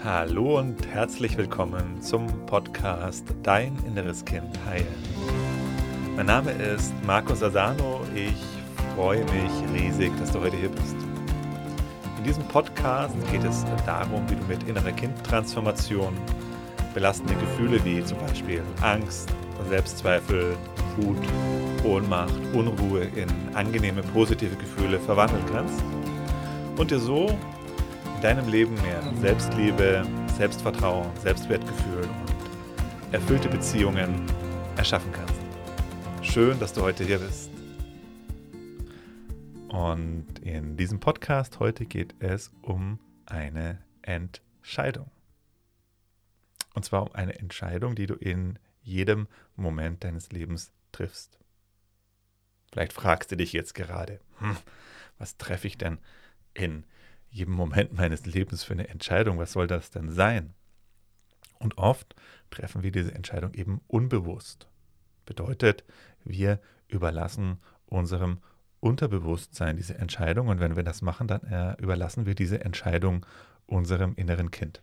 Hallo und herzlich willkommen zum Podcast Dein inneres Kind heilen. Mein Name ist Markus Asano. Ich freue mich riesig, dass du heute hier bist. In diesem Podcast geht es darum, wie du mit innerer Kindtransformation belastende Gefühle wie zum Beispiel Angst, Selbstzweifel, Wut, Ohnmacht, Unruhe in angenehme, positive Gefühle verwandeln kannst und dir so in deinem Leben mehr Selbstliebe, Selbstvertrauen, Selbstwertgefühl und erfüllte Beziehungen erschaffen kannst. Schön, dass du heute hier bist. Und in diesem Podcast heute geht es um eine Entscheidung. Und zwar um eine Entscheidung, die du in jedem Moment deines Lebens triffst. Vielleicht fragst du dich jetzt gerade, was treffe ich denn in jedem Moment meines Lebens für eine Entscheidung? Was soll das denn sein? Und oft treffen wir diese Entscheidung eben unbewusst. Bedeutet, wir überlassen unserem Unterbewusstsein diese Entscheidung, und wenn wir das machen, dann überlassen wir diese Entscheidung unserem inneren Kind.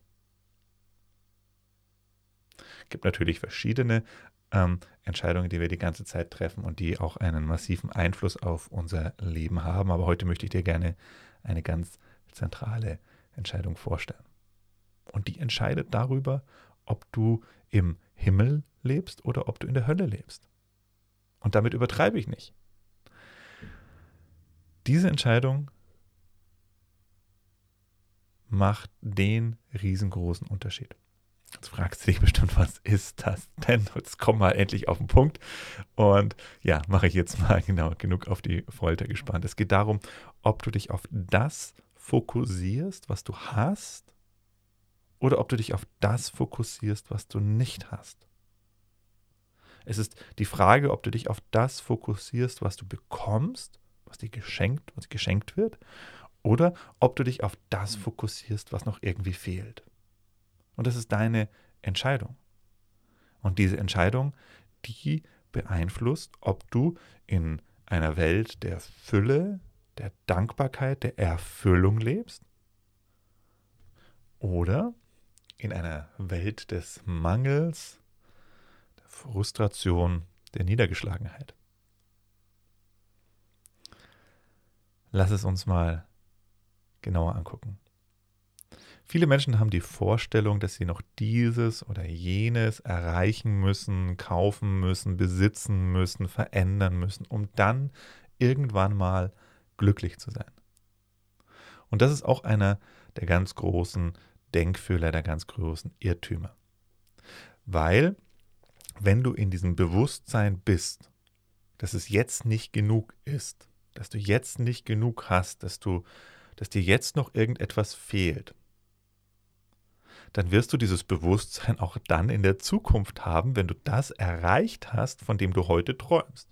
Es gibt natürlich verschiedene Entscheidungen, die wir die ganze Zeit treffen und die auch einen massiven Einfluss auf unser Leben haben, aber heute möchte ich dir gerne eine ganz zentrale Entscheidung vorstellen. Und die entscheidet darüber, ob du im Himmel lebst oder ob du in der Hölle lebst. Und damit übertreibe ich nicht. Diese Entscheidung macht den riesengroßen Unterschied. Jetzt fragst du dich bestimmt, was ist das denn? Jetzt komm mal endlich auf den Punkt. Und ja, mache ich jetzt mal genug auf die Folter gespannt. Es geht darum, ob du dich auf das fokussierst, was du hast, oder ob du dich auf das fokussierst, was du nicht hast. Es ist die Frage, ob du dich auf das fokussierst, was du bekommst, was geschenkt wird, oder ob du dich auf das fokussierst, was noch irgendwie fehlt. Und das ist deine Entscheidung. Und diese Entscheidung, die beeinflusst, ob du in einer Welt der Fülle, der Dankbarkeit, der Erfüllung lebst oder in einer Welt des Mangels, der Frustration, der Niedergeschlagenheit. Lass es uns mal genauer angucken. Viele Menschen haben die Vorstellung, dass sie noch dieses oder jenes erreichen müssen, kaufen müssen, besitzen müssen, verändern müssen, um dann irgendwann mal glücklich zu sein. Und das ist auch einer der ganz großen Denkfehler, der ganz großen Irrtümer. Weil, wenn du in diesem Bewusstsein bist, dass es jetzt nicht genug ist, dass du jetzt nicht genug hast, dass dir jetzt noch irgendetwas fehlt, dann wirst du dieses Bewusstsein auch dann in der Zukunft haben, wenn du das erreicht hast, von dem du heute träumst.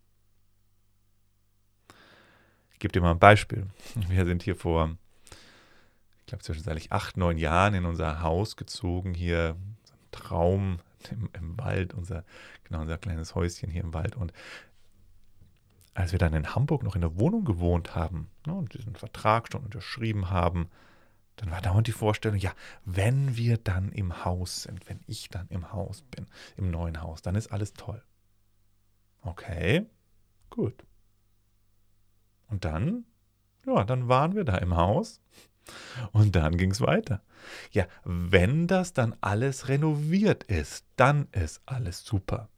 Ich gebe dir mal ein Beispiel. Wir sind hier vor, ich glaube zwischenzeitlich 8-9 Jahren in unser Haus gezogen, hier so ein Traum im Wald, unser kleines Häuschen hier im Wald. Und als wir dann in Hamburg noch in der Wohnung gewohnt haben, und diesen Vertrag schon unterschrieben haben, dann war dauernd die Vorstellung, ja, wenn wir dann im Haus sind, wenn ich dann im Haus bin, im neuen Haus, dann ist alles toll. Okay, gut. Und dann waren wir da im Haus und dann ging es weiter. Ja, wenn das dann alles renoviert ist, dann ist alles super.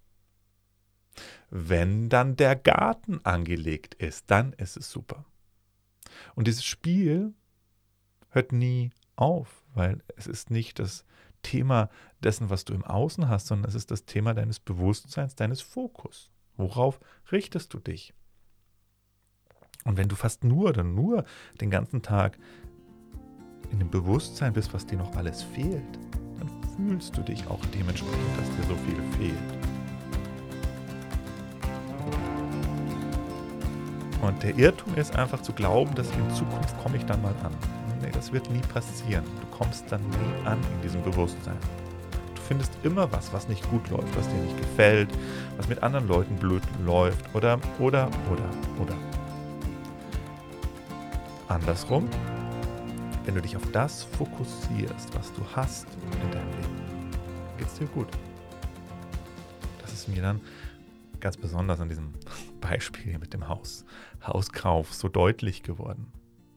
Wenn dann der Garten angelegt ist, dann ist es super. Und dieses Spiel hört nie auf, weil es ist nicht das Thema dessen, was du im Außen hast, sondern es ist das Thema deines Bewusstseins, deines Fokus. Worauf richtest du dich? Und wenn du fast nur den ganzen Tag in dem Bewusstsein bist, was dir noch alles fehlt, dann fühlst du dich auch dementsprechend, dass dir so viel fehlt. Und der Irrtum ist einfach zu glauben, dass in Zukunft komme ich dann mal an. Nee, das wird nie passieren. Du kommst dann nie an in diesem Bewusstsein. Du findest immer was nicht gut läuft, was dir nicht gefällt, was mit anderen Leuten blöd läuft oder. Andersrum, Wenn du dich auf das fokussierst, was du hast in deinem Leben, geht es dir gut. Das ist mir dann ganz besonders an diesem Beispiel mit dem Hauskauf so deutlich geworden.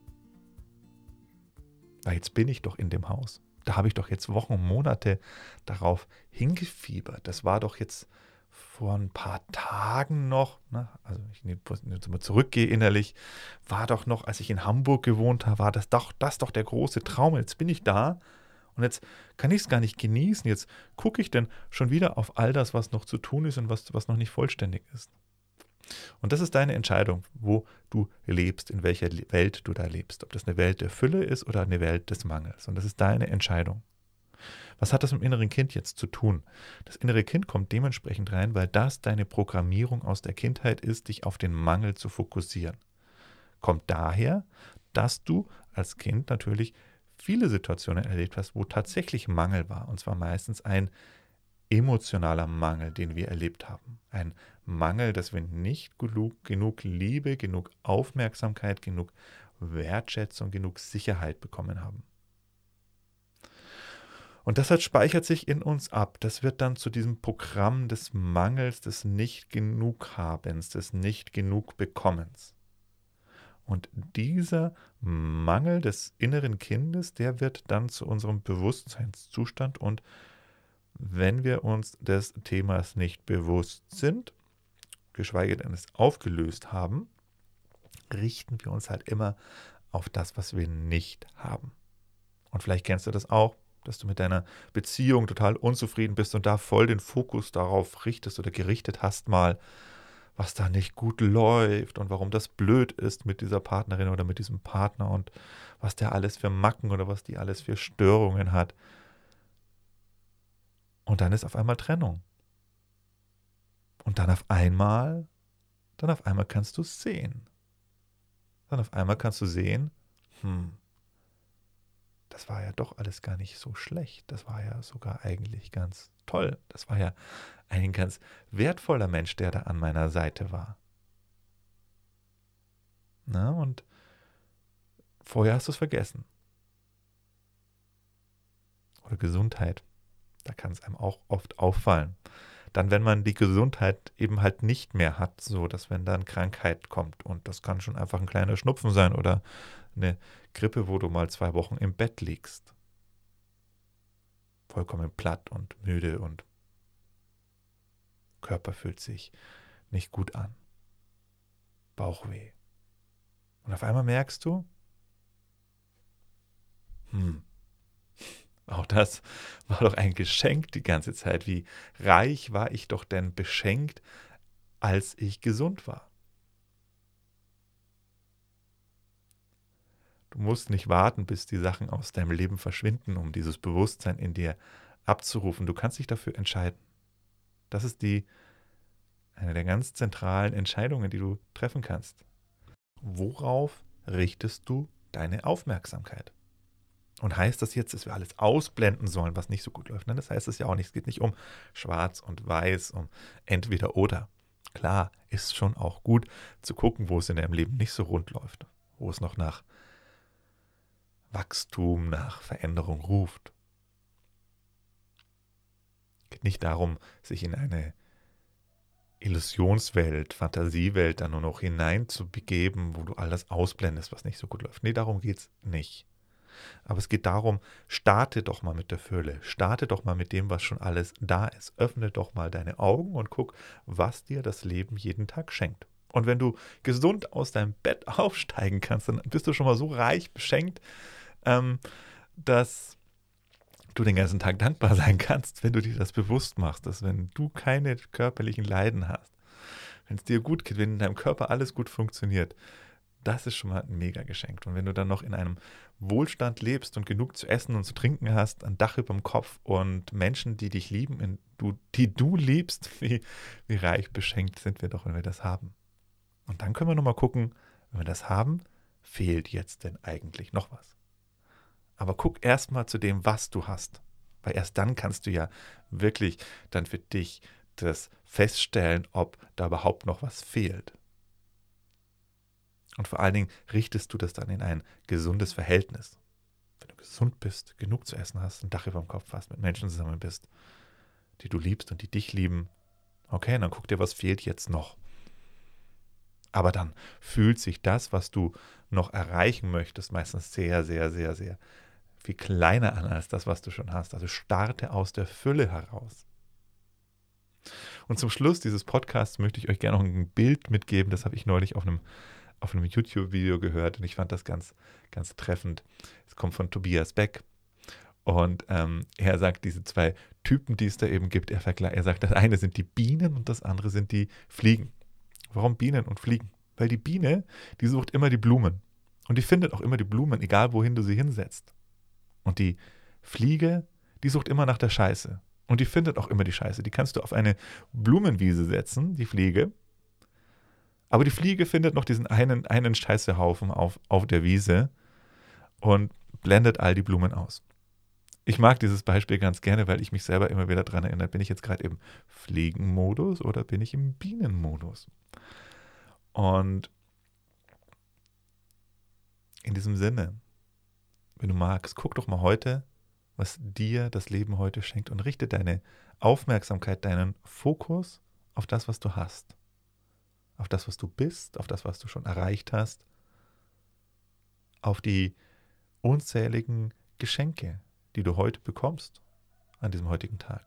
Weil jetzt bin ich doch in dem Haus. Da habe ich doch jetzt Wochen, Monate darauf hingefiebert. Das war doch jetzt vor ein paar Tagen noch, ne? Also ich jetzt mal zurückgehe innerlich, war doch noch, als ich in Hamburg gewohnt habe, war das doch der große Traum. Jetzt bin ich da und jetzt kann ich es gar nicht genießen. Jetzt gucke ich denn schon wieder auf all das, was noch zu tun ist und was noch nicht vollständig ist. Und das ist deine Entscheidung, wo du lebst, in welcher Welt du da lebst. Ob das eine Welt der Fülle ist oder eine Welt des Mangels. Und das ist deine Entscheidung. Was hat das mit dem inneren Kind jetzt zu tun? Das innere Kind kommt dementsprechend rein, weil das deine Programmierung aus der Kindheit ist, dich auf den Mangel zu fokussieren. Kommt daher, dass du als Kind natürlich viele Situationen erlebt hast, wo tatsächlich Mangel war. Und zwar meistens ein emotionaler Mangel, den wir erlebt haben. Ein Mangel, dass wir nicht genug Liebe, genug Aufmerksamkeit, genug Wertschätzung, genug Sicherheit bekommen haben. Und das speichert sich in uns ab. Das wird dann zu diesem Programm des Mangels, des Nicht-Genug-Habens, des Nicht-Genug-Bekommens. Und dieser Mangel des inneren Kindes, der wird dann zu unserem Bewusstseinszustand. Und wenn wir uns des Themas nicht bewusst sind, geschweige denn es aufgelöst haben, richten wir uns halt immer auf das, was wir nicht haben. Und vielleicht kennst du das auch, dass du mit deiner Beziehung total unzufrieden bist und da voll den Fokus darauf richtest oder gerichtet hast mal, was da nicht gut läuft und warum das blöd ist mit dieser Partnerin oder mit diesem Partner und was der alles für Macken oder was die alles für Störungen hat. Und dann ist auf einmal Trennung. Und dann auf einmal kannst du es sehen. Dann auf einmal kannst du sehen, das war ja doch alles gar nicht so schlecht. Das war ja sogar eigentlich ganz toll. Das war ja ein ganz wertvoller Mensch, der da an meiner Seite war. Na, und vorher hast du es vergessen. Oder Gesundheit. Da kann es einem auch oft auffallen. Dann, wenn man die Gesundheit eben halt nicht mehr hat, so dass wenn dann Krankheit kommt und das kann schon einfach ein kleiner Schnupfen sein oder eine Grippe, wo du mal 2 Wochen im Bett liegst. Vollkommen platt und müde und Körper fühlt sich nicht gut an. Bauchweh. Und auf einmal merkst du, auch das war doch ein Geschenk die ganze Zeit. Wie reich war ich doch denn beschenkt, als ich gesund war. Du musst nicht warten, bis die Sachen aus deinem Leben verschwinden, um dieses Bewusstsein in dir abzurufen. Du kannst dich dafür entscheiden. Das ist eine der ganz zentralen Entscheidungen, die du treffen kannst. Worauf richtest du deine Aufmerksamkeit? Und heißt das jetzt, dass wir alles ausblenden sollen, was nicht so gut läuft? Nein, das heißt es ja auch nicht. Es geht nicht um schwarz und weiß, um entweder oder. Klar, ist schon auch gut zu gucken, wo es in deinem Leben nicht so rund läuft, wo es noch nach Wachstum, nach Veränderung ruft. Es geht nicht darum, sich in eine Illusionswelt, Fantasiewelt dann nur noch hineinzubegeben, wo du alles ausblendest, was nicht so gut läuft. Nee, darum geht es nicht. Aber es geht darum, starte doch mal mit der Fülle. Starte doch mal mit dem, was schon alles da ist. Öffne doch mal deine Augen und guck, was dir das Leben jeden Tag schenkt. Und wenn du gesund aus deinem Bett aufsteigen kannst, dann bist du schon mal so reich beschenkt, dass du den ganzen Tag dankbar sein kannst, wenn du dir das bewusst machst, dass wenn du keine körperlichen Leiden hast, wenn es dir gut geht, wenn in deinem Körper alles gut funktioniert, das ist schon mal ein Mega-Geschenk. Und wenn du dann noch in einem Wohlstand lebst und genug zu essen und zu trinken hast, ein Dach über dem Kopf und Menschen, die dich lieben, die du liebst, wie reich beschenkt sind wir doch, wenn wir das haben. Und dann können wir nochmal gucken, wenn wir das haben, fehlt jetzt denn eigentlich noch was? Aber guck erst mal zu dem, was du hast. Weil erst dann kannst du ja wirklich dann für dich das feststellen, ob da überhaupt noch was fehlt. Und vor allen Dingen richtest du das dann in ein gesundes Verhältnis. gesund bist, genug zu essen hast, ein Dach über dem Kopf hast, mit Menschen zusammen bist, die du liebst und die dich lieben. Okay, dann guck dir, was fehlt jetzt noch. Aber dann fühlt sich das, was du noch erreichen möchtest, meistens sehr, sehr, sehr, sehr viel kleiner an als das, was du schon hast. Also starte aus der Fülle heraus. Und zum Schluss dieses Podcasts möchte ich euch gerne noch ein Bild mitgeben. Das habe ich neulich auf einem YouTube-Video gehört und ich fand das ganz, ganz treffend. Es kommt von Tobias Beck und er sagt, diese zwei Typen, die es da eben gibt, er sagt, das eine sind die Bienen und das andere sind die Fliegen. Warum Bienen und Fliegen? Weil die Biene, die sucht immer die Blumen und die findet auch immer die Blumen, egal wohin du sie hinsetzt. Und die Fliege, die sucht immer nach der Scheiße und die findet auch immer die Scheiße. Die kannst du auf eine Blumenwiese setzen, die Fliege, aber die Fliege findet noch diesen einen Scheißehaufen auf der Wiese und blendet all die Blumen aus. Ich mag dieses Beispiel ganz gerne, weil ich mich selber immer wieder daran erinnere, bin ich jetzt gerade im Fliegenmodus oder bin ich im Bienenmodus? Und in diesem Sinne, wenn du magst, guck doch mal heute, was dir das Leben heute schenkt und richte deine Aufmerksamkeit, deinen Fokus auf das, was du hast. Auf das, was du bist, auf das, was du schon erreicht hast, auf die unzähligen Geschenke, die du heute bekommst an diesem heutigen Tag.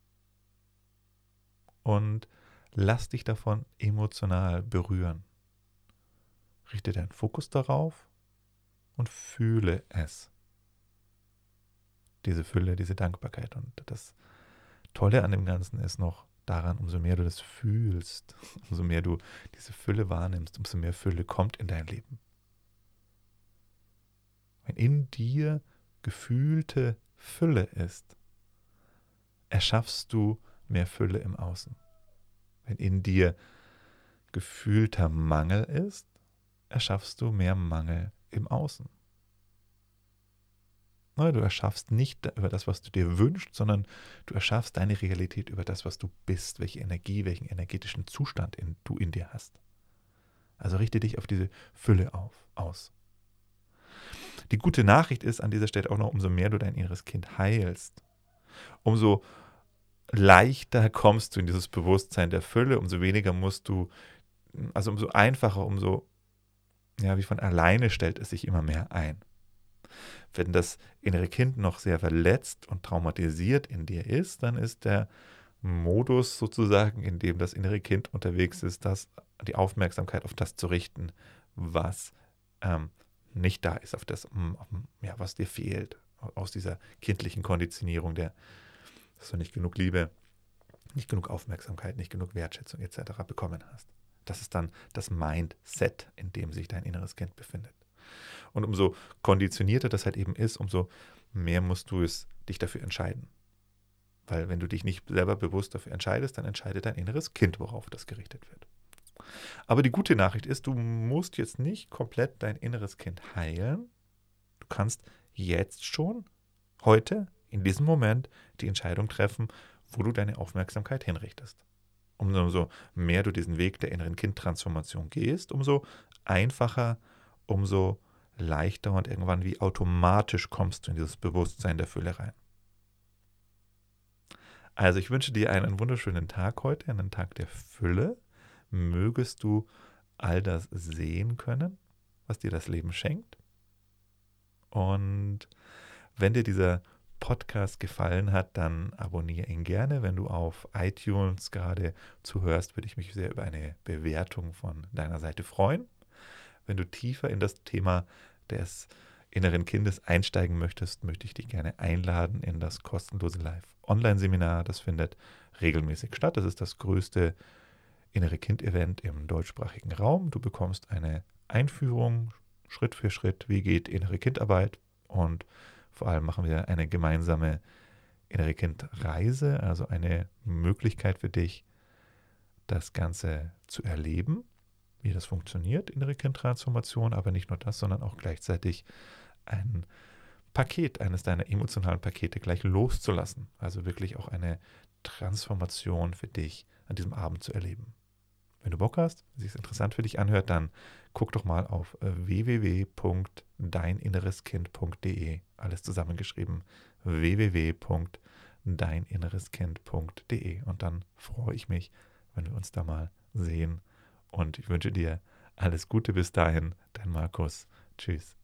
Und lass dich davon emotional berühren. Richte deinen Fokus darauf und fühle es. Diese Fülle, diese Dankbarkeit. Und das Tolle an dem Ganzen ist noch daran, umso mehr du das fühlst, umso mehr du diese Fülle wahrnimmst, umso mehr Fülle kommt in dein Leben. Wenn in dir gefühlte Fülle ist, erschaffst du mehr Fülle im Außen. Wenn in dir gefühlter Mangel ist, erschaffst du mehr Mangel im Außen. Du erschaffst nicht über das, was du dir wünschst, sondern du erschaffst deine Realität über das, was du bist, welche Energie, welchen energetischen Zustand du in dir hast. Also richte dich auf diese Fülle aus. Die gute Nachricht ist an dieser Stelle auch noch, umso mehr du dein inneres Kind heilst, umso leichter kommst du in dieses Bewusstsein der Fülle, umso weniger musst du, also umso einfacher, umso, wie von alleine stellt es sich immer mehr ein. Wenn das innere Kind noch sehr verletzt und traumatisiert in dir ist, dann ist der Modus sozusagen, in dem das innere Kind unterwegs ist, die Aufmerksamkeit auf das zu richten, was nicht da ist, auf das, was dir fehlt, aus dieser kindlichen Konditionierung, dass du nicht genug Liebe, nicht genug Aufmerksamkeit, nicht genug Wertschätzung etc. bekommen hast. Das ist dann das Mindset, in dem sich dein inneres Kind befindet. Und umso konditionierter das halt eben ist, umso mehr musst du dich dafür entscheiden. Weil wenn du dich nicht selber bewusst dafür entscheidest, dann entscheidet dein inneres Kind, worauf das gerichtet wird. Aber die gute Nachricht ist, du musst jetzt nicht komplett dein inneres Kind heilen. Du kannst jetzt schon, heute, in diesem Moment, die Entscheidung treffen, wo du deine Aufmerksamkeit hinrichtest. Umso mehr du diesen Weg der inneren Kindtransformation gehst, umso einfacher, umso leichter und irgendwann wie automatisch kommst du in dieses Bewusstsein der Fülle rein. Also ich wünsche dir einen wunderschönen Tag heute, einen Tag der Fülle. Mögest du all das sehen können, was dir das Leben schenkt. Und wenn dir dieser Podcast gefallen hat, dann abonniere ihn gerne. Wenn du auf iTunes gerade zuhörst, würde ich mich sehr über eine Bewertung von deiner Seite freuen. Wenn du tiefer in das Thema des inneren Kindes einsteigen möchtest, möchte ich dich gerne einladen in das kostenlose Live-Online-Seminar. Das findet regelmäßig statt. Das ist das größte innere Kind-Event im deutschsprachigen Raum. Du bekommst eine Einführung, Schritt für Schritt, wie geht innere Kindarbeit, und vor allem machen wir eine gemeinsame innere Kind-Reise, also eine Möglichkeit für dich, das Ganze zu erleben, wie das funktioniert, innere Kind-Transformation, aber nicht nur das, sondern auch gleichzeitig ein Paket, eines deiner emotionalen Pakete gleich loszulassen, also wirklich auch eine Transformation für dich an diesem Abend zu erleben. Wenn du Bock hast, wenn es sich interessant für dich anhört, dann guck doch mal auf www.deininnereskind.de, alles zusammengeschrieben, www.deininnereskind.de, und dann freue ich mich, wenn wir uns da mal sehen, und ich wünsche dir alles Gute bis dahin, dein Markus. Tschüss.